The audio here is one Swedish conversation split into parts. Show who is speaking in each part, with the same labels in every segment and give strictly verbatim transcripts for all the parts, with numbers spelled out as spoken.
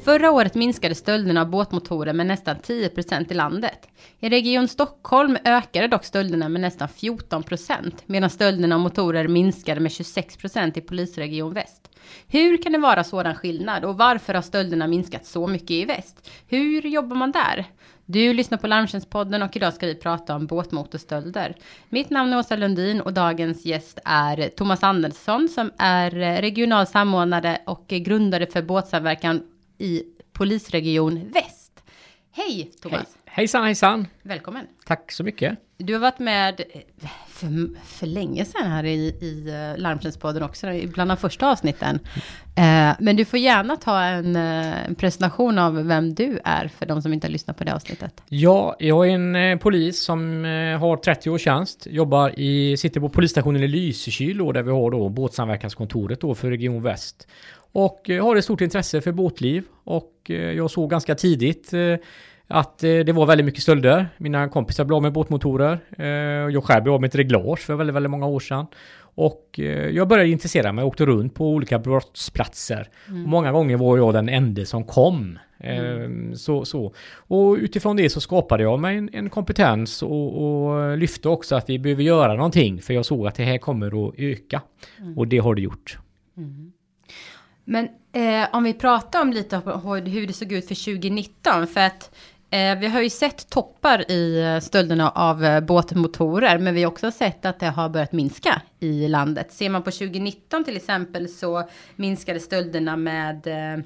Speaker 1: Förra året minskade stölderna av båtmotorer med nästan tio procent i landet. I region Stockholm ökade dock stölderna med nästan fjorton procent, medan stölderna av motorer minskade med tjugosex procent i polisregion Väst. Hur kan det vara sådan skillnad och varför har stölderna minskat så mycket i väst? Hur jobbar man där? Du lyssnar på Larmtjänstpodden och idag ska vi prata om båtmotorstölder. Mitt namn är Åsa Lundin och dagens gäst är Thomas Andersson som är regional samordnare och grundare för båtsamverkan i polisregion Väst. Hej Thomas!
Speaker 2: Hej. Hejsan, hejsan!
Speaker 1: Välkommen!
Speaker 2: Tack så mycket!
Speaker 1: Du har varit med för, för länge sedan här i, i Larmtjänstpodden också, bland de första avsnitten. Eh, men du får gärna ta en, en presentation av vem du är för de som inte har lyssnat på det avsnittet.
Speaker 2: Ja, jag är en eh, polis som eh, har trettio års tjänst. Jobbar i, sitter på polisstationen i Lysekil då, där vi har då båtsamverkanskontoret då för region Väst. Och eh, har ett stort intresse för båtliv och eh, jag såg ganska tidigt eh, att eh, det var väldigt mycket stölder. Mina kompisar blev av med båtmotorer. Eh, jag själv blev av med ett reglage för väldigt, väldigt många år sedan. Och eh, jag började intressera mig och åkte runt på olika brottsplatser. Mm. Och många gånger var jag den enda som kom. Eh, mm. så, så. Och utifrån det så skapade jag mig en, en kompetens och, och lyfte också att vi behöver göra någonting. För jag såg att det här kommer att öka. Mm. Och det har det gjort.
Speaker 1: Mm. Men eh, om vi pratar om lite hur det såg ut för tjugonitton, för att eh, vi har ju sett toppar i stölderna av eh, båtmotorer, men vi har också sett att det har börjat minska i landet. Ser man på tjugonitton till exempel så minskade stölderna med, eh,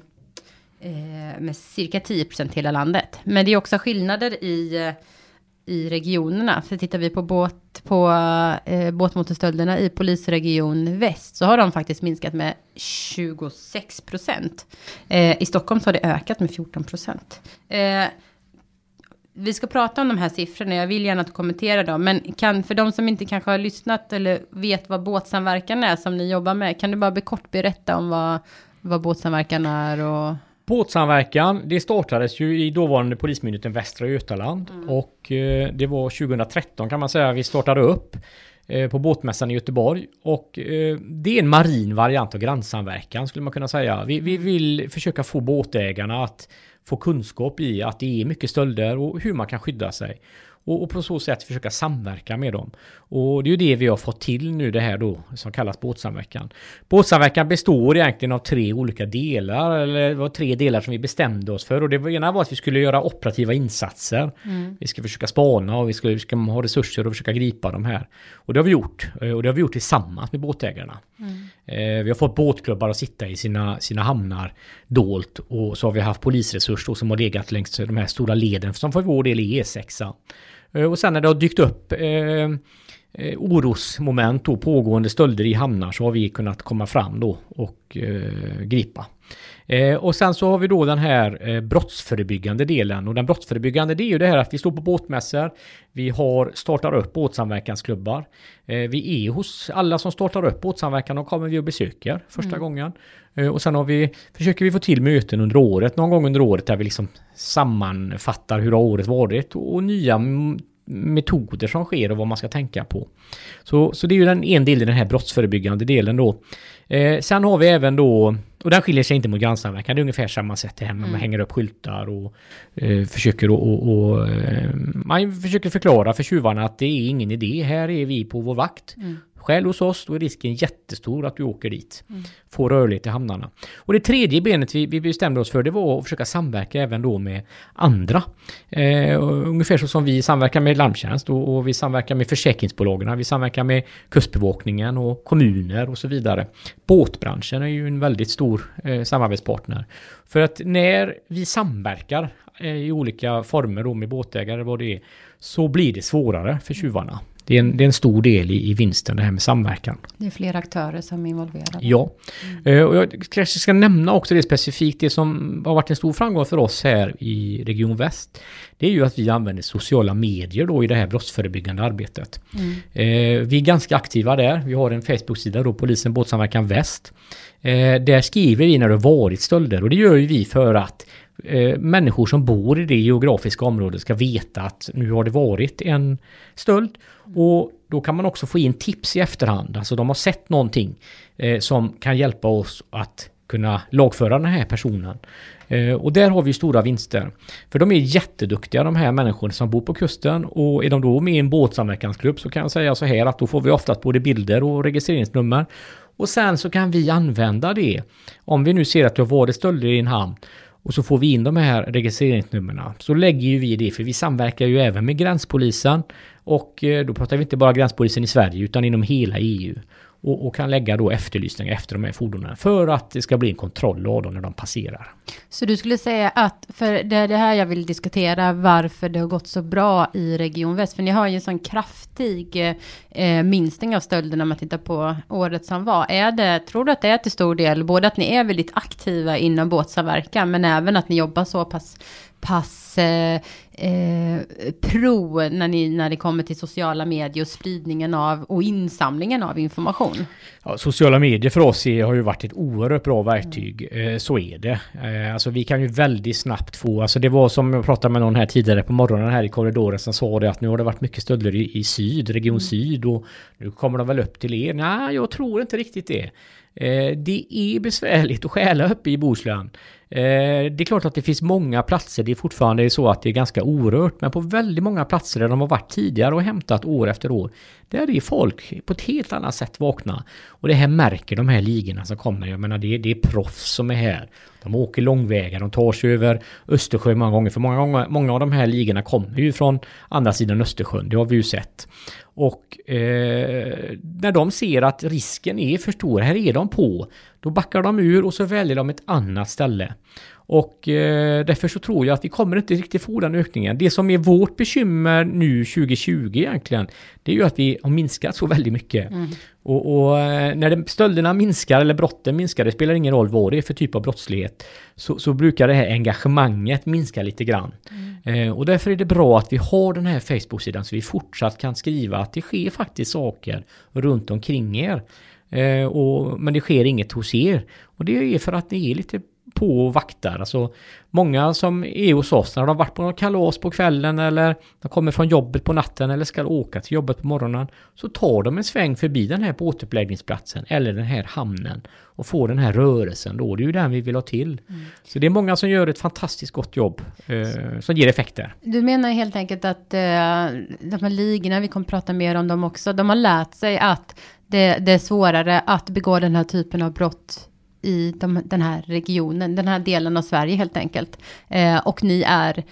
Speaker 1: med cirka tio procent i hela landet. Men det är också skillnader i... Eh, i regionerna. Så tittar vi på, båt, på eh, båtmotorstölderna i polisregion Väst så har de faktiskt minskat med tjugosex procent. Eh, I Stockholm så har det ökat med fjorton procent. Eh, vi ska prata om de här siffrorna. Jag vill gärna att kommentera dem. Men kan, för de som inte kanske har lyssnat eller vet vad båtsamverkan är som ni jobbar med, kan du bara kort berätta om vad, vad båtsamverkan är och...
Speaker 2: Båtsamverkan, det startades ju i dåvarande polismyndigheten Västra Götaland mm. och eh, det var tjugohundratretton kan man säga vi startade upp eh, på båtmässan i Göteborg och eh, det är en marin variant av grannsamverkan skulle man kunna säga. Vi, vi vill försöka få båtägarna att få kunskap i att det är mycket stölder och hur man kan skydda sig. Och, och på så sätt försöka samverka med dem. Och det är ju det vi har fått till nu det här då som kallas båtsamverkan. Båtsamverkan består egentligen av tre olika delar. Eller det var tre delar som vi bestämde oss för. Och det ena var att vi skulle göra operativa insatser. Mm. Vi ska försöka spana och vi ska, vi ska ha resurser och försöka gripa de här. Och det har vi gjort. Och det har vi gjort tillsammans med båtägarna. Mm. Eh, vi har fått båtklubbar att sitta i sina, sina hamnar dolt. Och så har vi haft polisresurs då, som har legat längs de här stora leden som för vår del är E sex. Och sen när det har dykt upp eh, eh, orosmoment och pågående stölder i hamnar så har vi kunnat komma fram då och eh, gripa. Eh, och sen så har vi då den här eh, brottsförebyggande delen. Och den brottsförebyggande det är ju det här att vi står på båtmässor. Vi har startar upp båtsamverkansklubbar. Eh, vi är hos alla som startar upp båtsamverkan och kommer vi och besöker första mm. gången. Eh, och sen har vi, försöker vi få till möten under året. Någon gång under året där vi liksom sammanfattar hur har året varit. Och, och nya m- metoder som sker och vad man ska tänka på. Så, så det är ju den, en del i den här brottsförebyggande delen då. Eh, sen har vi även då, och den skiljer sig inte mot grannsamverkan, det är ungefär samma sätt det här med mm. man hänger upp skyltar och eh, försöker och, och, och eh, man försöker förklara för tjuvarna att det är ingen idé, här är vi på vår vakt. Mm. Själv hos oss, då är risken jättestor att du åker dit. Mm. Får rörlighet i hamnarna. Och det tredje benet vi, vi bestämde oss för det var att försöka samverka även då med andra. Eh, ungefär så som vi samverkar med Larmtjänst och, och vi samverkar med försäkringsbolagen. Vi samverkar med kustbevakningen och kommuner och så vidare. Båtbranschen är ju en väldigt stor eh, samarbetspartner. För att när vi samverkar eh, i olika former då med båtägare vad det är, så blir det svårare för tjuvarna. Det är, en, det är en stor del i, i vinsten det här med samverkan.
Speaker 1: Det är fler aktörer som är involverade.
Speaker 2: Ja, mm. uh, och jag kanske ska nämna också det specifikt. Det som har varit en stor framgång för oss här i Region Väst. Det är ju att vi använder sociala medier då i det här brottsförebyggande arbetet. Mm. Uh, vi är ganska aktiva där. Vi har en Facebook-sida då, Polisen Båtsamverkan Väst. Uh, där skriver vi när det har varit stölder. Och det gör ju vi för att Eh, människor som bor i det geografiska området ska veta att nu har det varit en stöld och då kan man också få in tips i efterhand. Alltså de har sett någonting eh, som kan hjälpa oss att kunna lagföra den här personen. Eh, och där har vi stora vinster. För de är jätteduktiga, de här människorna som bor på kusten. Och är de då med i en båtsamverkansgrupp så kan jag säga så här att då får vi oftast både bilder och registreringsnummer. Och sen så kan vi använda det. Om vi nu ser att det har varit stölder i en hamn och så får vi in de här registreringsnummerna. Så lägger ju vi det, för vi samverkar ju även med gränspolisen. Och då pratar vi inte bara gränspolisen i Sverige utan inom hela E U. Och, och kan lägga då efterlysningar efter de här fordonen för att det ska bli en kontroll av dem när de passerar.
Speaker 1: Så du skulle säga att, för det är det här jag vill diskutera, varför det har gått så bra i Region Väst. För ni har ju en sån kraftig eh, minskning av stölderna när man tittar på året som var. Är det, tror du att det är till stor del både att ni är väldigt aktiva inom båtsamverkan men även att ni jobbar så pass pass eh, eh, pro när ni, när det kommer till sociala medier och spridningen av och insamlingen av information?
Speaker 2: Ja, sociala medier för oss är, har ju varit ett oerhört bra verktyg. Mm. Eh, så är det. Eh, alltså vi kan ju väldigt snabbt få, alltså det var som jag pratade med någon här tidigare på morgonen här i korridoren som sa det att nu har det varit mycket stölder i, i syd, region mm. syd och nu kommer de väl upp till er. Nej, jag tror inte riktigt det. Eh, det är besvärligt att stjäla uppe i Bohuslän. Eh, det är klart att det finns många platser, det är fortfarande så att det är ganska orört, men på väldigt många platser där de har varit tidigare och hämtat år efter år, där är folk på ett helt annat sätt vakna. Och det här märker de här ligorna som kommer, jag menar det är, det är proffs som är här. De åker långväga, de tar sig över Östersjön många gånger, för många, gånger, många av de här ligorna kommer ju från andra sidan Östersjön, det har vi ju sett. Och eh, när de ser att risken är för stor, här är de på, då backar de ur och så väljer de ett annat ställe. Och eh, därför så tror jag att vi kommer inte riktigt få den ökningen. Det som är vårt bekymmer nu tjugo tjugo egentligen, det är ju att vi har minskat så väldigt mycket. Mm. Och, och när det, stölderna minskar eller brotten minskar, det spelar ingen roll vad det är för typ av brottslighet, så, så brukar det här engagemanget minska lite grann. Mm. Eh, och därför är det bra att vi har den här Facebook-sidan så vi fortsatt kan skriva att det sker faktiskt saker runt omkring er. Eh, och, men det sker inget hos er. Och det är för att det är lite på vaktar. Alltså många som är hos oss när de har varit på någon kalas på kvällen eller de kommer från jobbet på natten eller ska åka till jobbet på morgonen, så tar de en sväng förbi den här båtuppläggningsplatsen eller den här hamnen och får den här rörelsen då. Det är ju den vi vill ha till. Mm. Så det är många som gör ett fantastiskt gott jobb eh, som ger effekter. Du
Speaker 1: menar helt enkelt att eh, de här ligorna, vi kommer prata mer om dem också, de har lärt sig att det, det är svårare att begå den här typen av brott i de, den här regionen, den här delen av Sverige helt enkelt. Eh, och ni är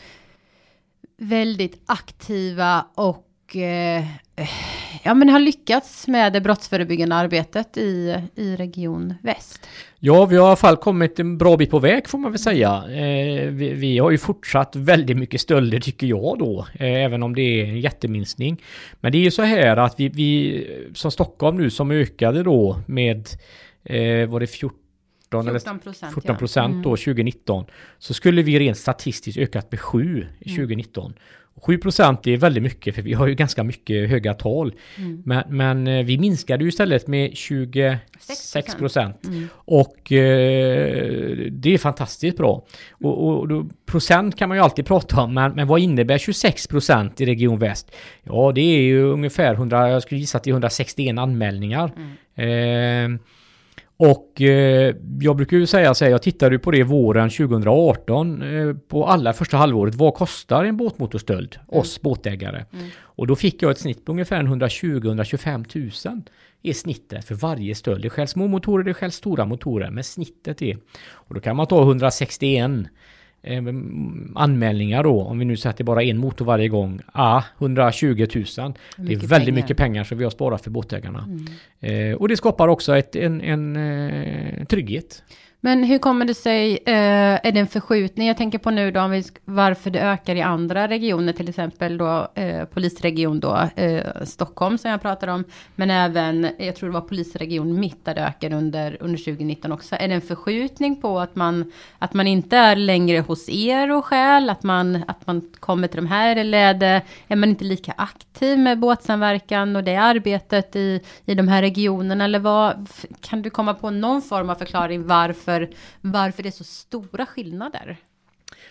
Speaker 1: väldigt aktiva och eh, ja, men har lyckats med det brottsförebyggande arbetet i, i Region Väst.
Speaker 2: Ja, vi har i alla fall kommit en bra bit på väg får man väl säga. Eh, vi, vi har ju fortsatt väldigt mycket stölder tycker jag då, eh, även om det är en jätteminskning. Men det är ju så här att vi, vi som Stockholm nu som ökade då med eh, var det fjorton fjorton procent ja. Då tjugo nitton, så skulle vi rent statistiskt ökat med sju tjugo nitton. Mm. sju procent är väldigt mycket för vi har ju ganska mycket höga tal. Mm. Men, men vi minskade ju istället med tjugosex procent. Mm. Och eh, det är fantastiskt bra. Och, och då, procent kan man ju alltid prata om, men, men vad innebär tjugosex procent i Region Väst? Ja, det är ju ungefär hundra, jag skulle gissa att det är hundrasextioen anmälningar. Mm. Eh, Och eh, jag brukar ju säga så här, jag tittade på det våren tjugo arton eh, på alla första halvåret. Vad kostar en båtmotorstöld? Mm. Oss båtägare. Mm. Och då fick jag ett snitt på ungefär hundratjugo till hundratjugofem tusen är snittet för varje stöld. Det är själv små motorer, det är själv stora motorer. Men snittet är, och då kan man ta hundrasextioen eh, anmälningar då. Om vi nu säger att det är bara en motor varje gång. Ah, hundratjugo tusen. Det är väldigt pengar. mycket pengar som vi har sparat för båtägarna. Mm. Eh, och det skapar också ett, en, en eh, trygghet.
Speaker 1: Men hur kommer det sig, eh, är det en förskjutning? Jag tänker på nu då om vi, varför det ökar i andra regioner, till exempel då eh, polisregion då, eh, Stockholm som jag pratar om, men även, jag tror det var polisregion mitt där det ökar under, under tjugo nitton också. Är det en förskjutning på att man, att man inte är längre hos er och skäl, att man, att man kommer till de här, eller är, det, är man inte lika aktiv med båtsamverkan och det arbetet i, i de här regionerna, eller vad, kan du komma på någon form av förklaring varför Varför det är så stora skillnader?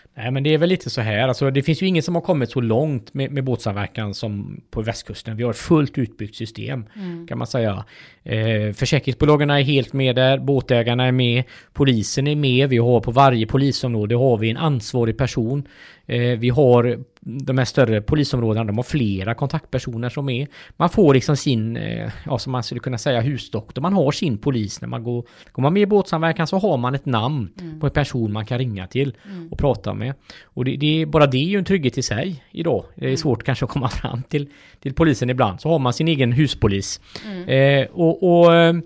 Speaker 2: Nej, men det är väl lite så här. Alltså, det finns ju ingen som har kommit så långt med, med båtsamverkan som på västkusten. Vi har ett fullt utbyggt system, mm. kan man säga. Eh, försäkringsbolagen är helt med där, båtägarna är med, polisen är med. Vi har på varje polisområde har vi en ansvarig person. Eh, vi har de här större polisområdena, de har flera kontaktpersoner som är. Man får liksom sin, eh, ja, som man skulle kunna säga, husdoktor. Man har sin polis. När man går, går man med i båtsamverkan så har man ett namn mm. på en person man kan ringa till mm. och prata med. Och det, det, bara det är ju en trygghet i sig idag. Det är mm. svårt kanske att komma fram till, till polisen ibland. Så har man sin egen huspolis. Mm. Eh, och och eh,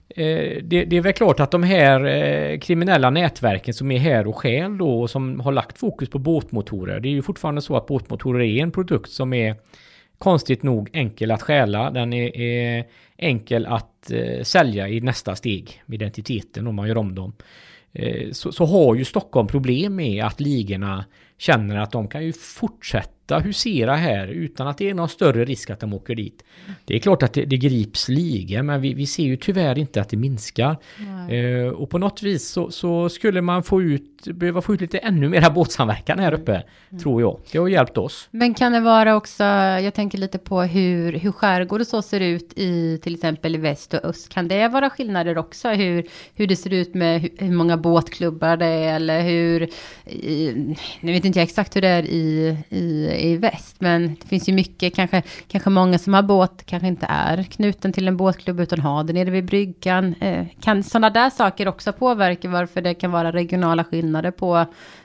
Speaker 2: det, det är väl klart att de här eh, kriminella nätverken som är här och skäl då, och som har lagt fokus på båtmotorer. Det är ju fortfarande så att båtmotorer är en produkt som är konstigt nog enkel att stjäla. Den är, är enkel att eh, sälja i nästa steg med identiteten om man gör om dem. Eh, så, så har ju Stockholm problem med att ligorna känner att de kan ju fortsätta husera här utan att det är någon större risk att de åker dit. Det är klart att det, det grips ligor, men vi, vi ser ju tyvärr inte att det minskar. Eh, och på något vis så, så skulle man få ut, behöva få ut lite ännu mer båtsamverkan här uppe, mm. tror jag. Det har hjälpt oss.
Speaker 1: Men kan det vara också, jag tänker lite på hur, hur skärgård och så ser ut i till exempel i väst och öst. Kan det vara skillnader också? Hur, hur det ser ut med hur, hur många båtklubbar det är, eller hur, i, nu vet inte jag exakt hur det är i, i, i väst, men det finns ju mycket, kanske, kanske många som har båt kanske inte är knuten till en båtklubb utan har det nere vid bryggan. Eh, kan sådana där saker också påverka varför det kan vara regionala skillnader på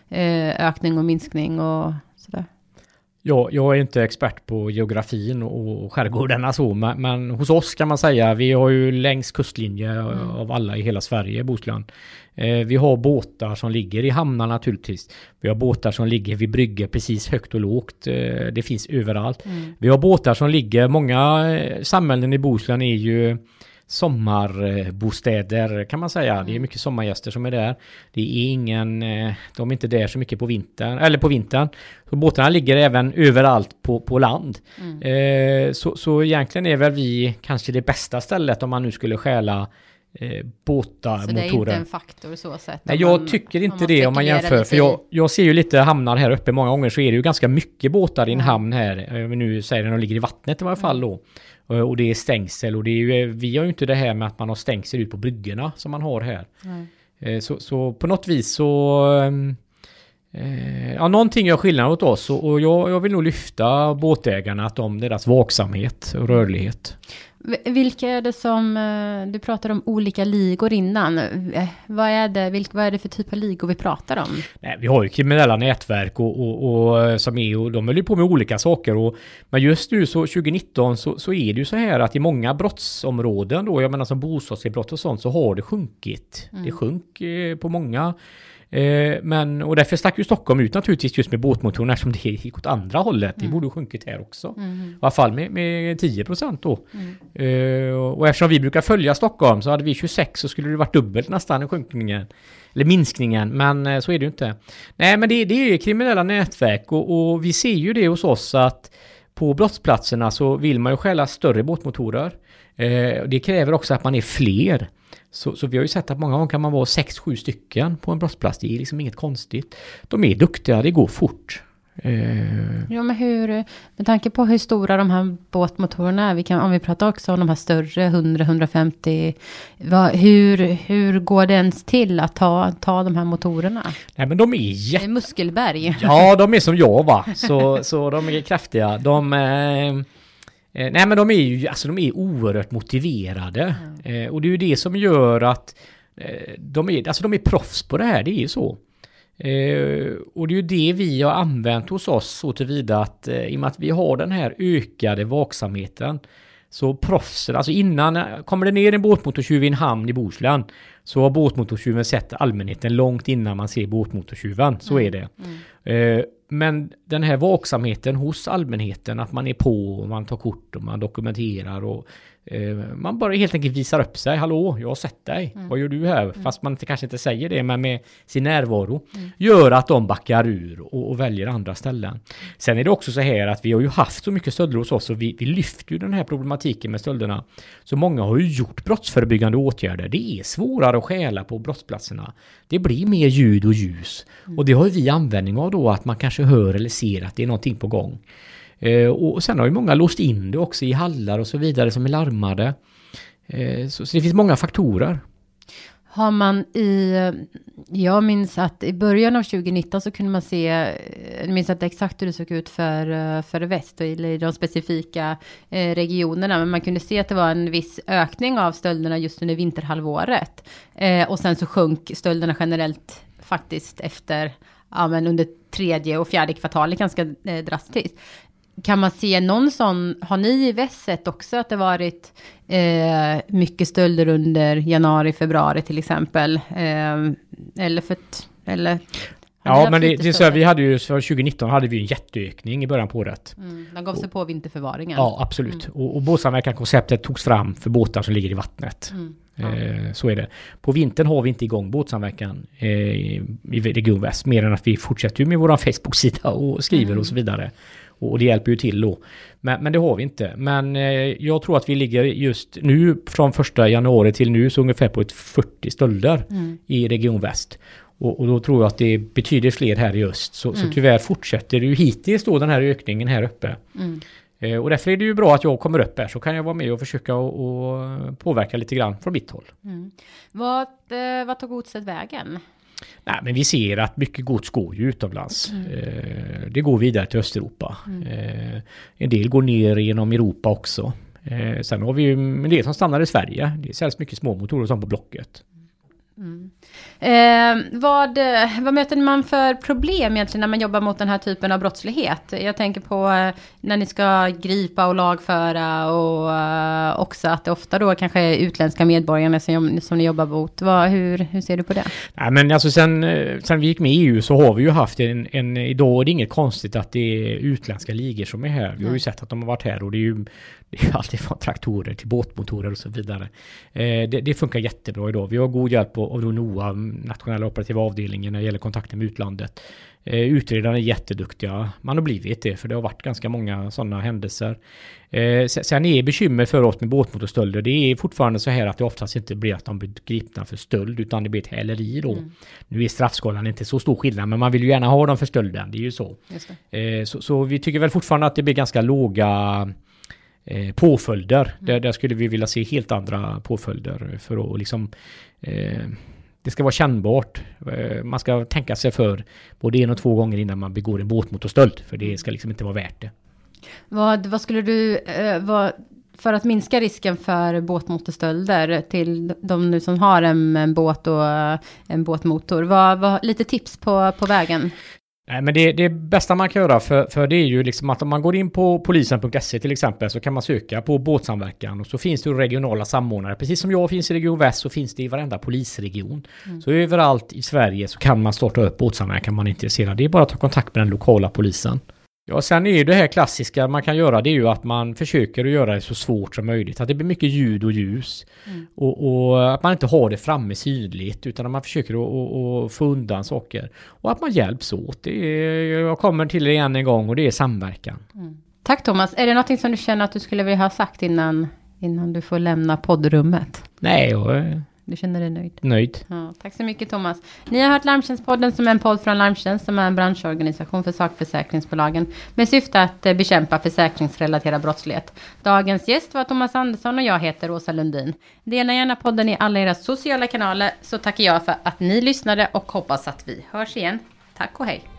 Speaker 1: eh, ökning och minskning och sådär?
Speaker 2: Ja, jag är inte expert på geografin och skärgårdarna så, men, men hos oss kan man säga, vi har ju längst kustlinje mm. av alla i hela Sverige, Bohuslän. Eh, vi har båtar som ligger i hamnar naturligtvis. Vi har båtar som ligger vid brygger precis högt och lågt. Eh, det finns överallt. Mm. Vi har båtar som ligger, många eh, samhällen i Bohuslän är ju sommarbostäder kan man säga. Mm. Det är mycket sommargäster som är där. Det är ingen, de är inte där så mycket på vintern, eller på vintern. Så båtarna ligger även överallt på, på land. Mm. Eh, så, så egentligen är väl vi kanske det bästa stället om man nu skulle stjäla eh, båtar, motorer.
Speaker 1: Så det är inte en faktor så sett?
Speaker 2: Nej, jag man, tycker inte om det om man jämför. För jag, jag ser ju lite hamnar här uppe. Många gånger så är det ju ganska mycket båtar i en mm. hamn här. Nu säger den att de ligger i vattnet i varje fall då. Och det är stängsel, och det är ju, vi har ju inte det här med att man har stängsel ut på bryggorna som man har här. Mm. Så, så på något vis så eh, ja, någonting gör skillnad åt oss, och, och jag, jag vill nog lyfta båtägarna att om deras vaksamhet och rörlighet.
Speaker 1: Vilka är det som, du pratar om olika ligor innan, vad är det, vilka, vad är det för typ av ligor vi pratar om?
Speaker 2: Nej, vi har ju kriminella nätverk och, och, och, som är, och de håller på med olika saker, och, men just nu så tjugonitton så, så är det ju så här att i många brottsområden då, jag menar som bostadsbrott och sånt, så har det sjunkit. Mm. Det sjunk eh, på många. Eh, men, och därför stack ju Stockholm ut naturligtvis just med båtmotorerna, som det gick åt andra hållet. Mm. Det borde ha sjunkit här också. Mm. I alla fall med, med tio procent då. Mm. Eh, och eftersom vi brukar följa Stockholm så hade vi tjugosex, så skulle det varit dubbelt nästan i sjunkningen. Eller minskningen, men eh, så är det ju inte. Nej, men det, det är kriminella nätverk, och, och vi ser ju det hos oss att på brottsplatserna så vill man ju stjäla större båtmotorer. Eh, det kräver också att man är fler. Så, så vi har ju sett att många gånger kan man vara sex sju stycken på en brottsplats. Det är liksom inget konstigt. De är duktiga, det går fort. Eh.
Speaker 1: Ja, men hur, med tanke på hur stora de här båtmotorerna är, vi kan, om vi pratar också om de här större, hundra till hundrafemtio, vad, hur, hur går det ens till att ta, ta de här motorerna?
Speaker 2: Nej, men de är jätte...
Speaker 1: Det är muskelberg.
Speaker 2: Ja, de är som jag, va? Så, så de är kraftiga. De... Eh... Eh, nej, men de är ju, alltså de är oerhört motiverade. Mm. Eh, och det är ju det som gör att eh, de är, alltså de är proffs på det här, det är ju så. Eh, och det är ju det vi har använt hos oss, så tillvida att eh, i och med att vi har den här ökade vaksamheten, så proffsen, alltså innan, kommer det ner en båtmotortjuv i en hamn i Bohuslän, så har båtmotortjuven sett allmänheten långt innan man ser båtmotortjuven, så mm. är det. Mm. Eh, Men den här vaksamheten hos allmänheten, att man är på och man tar kort och man dokumenterar och eh, man bara helt enkelt visar upp sig. Hallå, jag har sett dig. Mm. Vad gör du här? Mm. Fast man inte, kanske inte säger det, men med sin närvaro mm. gör att de backar ur och, och väljer andra ställen. Sen är det också så här att vi har ju haft så mycket stölder hos oss, och vi, vi lyfter ju den här problematiken med stölderna. Så många har ju gjort brottsförebyggande åtgärder. Det är svårare svårare att stjäla på brottsplatserna. Det blir mer ljud och ljus. Mm. Och det har ju vi användning av då, att man kanske hör eller ser att det är någonting på gång. Eh, och sen har ju många låst in det också i hallar och så vidare som är larmade. Eh, så, så det finns många faktorer.
Speaker 1: Har man i, jag minns att i början av tjugonitton så kunde man se, jag minns att det exakt hur det såg ut för, för väst eller i de specifika eh, regionerna, men man kunde se att det var en viss ökning av stölderna just under vinterhalvåret. Eh, och sen så sjönk stölderna generellt faktiskt efter, ja men under tredje och fjärde kvartalet ganska eh, drastiskt. Kan man se någon sån, har ni i vässet också att det varit eh, mycket stölder under januari, februari till exempel? Eh, eller för eller
Speaker 2: ja, men det, det är så här, vi hade ju för tjugonitton hade vi en jätteökning i början på året.
Speaker 1: Mm, de gav sig och, på vinterförvaringen.
Speaker 2: Ja, absolut. Mm. Och, och båtsamverkan-konceptet togs fram för båtar som ligger i vattnet. Mm. Ja. Eh, så är det. På vintern har vi inte igång båtsamverkan eh, i Region Väst, mer än att vi fortsätter med vår Facebook-sida och skriver mm. och så vidare. Och det hjälper ju till då. Men, men det har vi inte. Men eh, jag tror att vi ligger just nu från första januari till nu så ungefär på ett fyrtio stölder mm. i Region Väst. Och, och då tror jag att det betyder fler här i öst. Så, mm. så tyvärr fortsätter det ju hittills då den här ökningen här uppe. Mm. Eh, och därför är det ju bra att jag kommer upp här. Så kan jag vara med och försöka och, och påverka lite grann från mitt håll. Mm.
Speaker 1: Vad, eh, vad tog godset vägen?
Speaker 2: Nej, men vi ser att mycket gods går ju utomlands. Mm. Eh, det går vidare till Östeuropa. Mm. Eh, en del går ner genom Europa också. Eh, sen har vi ju en del som stannar i Sverige. Det säljs mycket små motorer som på Blocket.
Speaker 1: Mm. Eh, vad, vad möter man för problem egentligen när man jobbar mot den här typen av brottslighet? Jag tänker på eh, när ni ska gripa och lagföra och eh, också att det ofta då kanske är utländska medborgare som, som ni jobbar mot. Vad, hur, hur ser du på det?
Speaker 2: Nej, men alltså sen, sen vi gick med i E U så har vi ju haft en, en idag är det inget konstigt att det är utländska ligor som är här. Vi har ju sett att de har varit här och det är ju det är alltid från traktorer till båtmotorer och så vidare. Eh, det, det funkar jättebra idag. Vi har god hjälp av N O A, nationella operativa avdelningen, när det gäller kontakten med utlandet. Eh, utredarna är jätteduktiga. Man har blivit det för det har varit ganska många sådana händelser. Eh, sen är bekymmer för oss med båtmotorstölder. Det är fortfarande så här att det oftast inte blir att de blir gripna för stöld utan det blir ett häleri då. Mm. Nu är straffskalan inte så stor skillnad men man vill ju gärna ha dem för stölden. Det är ju så. Just det. Eh, så, så vi tycker väl fortfarande att det blir ganska låga Eh, påföljder. Mm. Där, där skulle vi vilja se helt andra påföljder för att liksom eh, det ska vara kännbart. Eh, man ska tänka sig för både en och två gånger innan man begår en båtmotorstöld för det ska liksom inte vara värt det.
Speaker 1: Vad, vad skulle du eh, vad, för att minska risken för båtmotorstölder till de nu som har en, en båt och en båtmotor, vad, vad, lite tips på, på vägen?
Speaker 2: Nej, men det, det bästa man kan göra för, för det är ju liksom att om man går in på polisen punkt se till exempel så kan man söka på båtsamverkan och så finns det ju regionala samordnare. Precis som jag finns i Region Väst så finns det i varenda polisregion. Mm. Så överallt i Sverige så kan man starta upp båtsamverkan om man är intresserad. Det är bara att ta kontakt med den lokala polisen. Ja, sen är det här klassiska man kan göra det är ju att man försöker att göra det så svårt som möjligt. Att det blir mycket ljud och ljus. Mm. Och, och att man inte har det framme synligt utan att man försöker att, att, att få undan saker. Och att man hjälps åt. Det är, jag kommer till det igen en gång och det är samverkan. Mm.
Speaker 1: Tack Thomas. Är det något som du känner att du skulle vilja ha sagt innan, innan du får lämna poddrummet?
Speaker 2: Nej, jag...
Speaker 1: Du känner dig nöjd?
Speaker 2: Nöjd.
Speaker 1: Ja, tack så mycket Thomas. Ni har hört Larmtjänstpodden som är en podd från Larmtjänst som är en branschorganisation för sakförsäkringsbolagen med syfte att eh, bekämpa försäkringsrelaterad brottslighet. Dagens gäst var Thomas Andersson och jag heter Åsa Lundin. Dela gärna podden i alla era sociala kanaler så tackar jag för att ni lyssnade och hoppas att vi hörs igen. Tack och hej.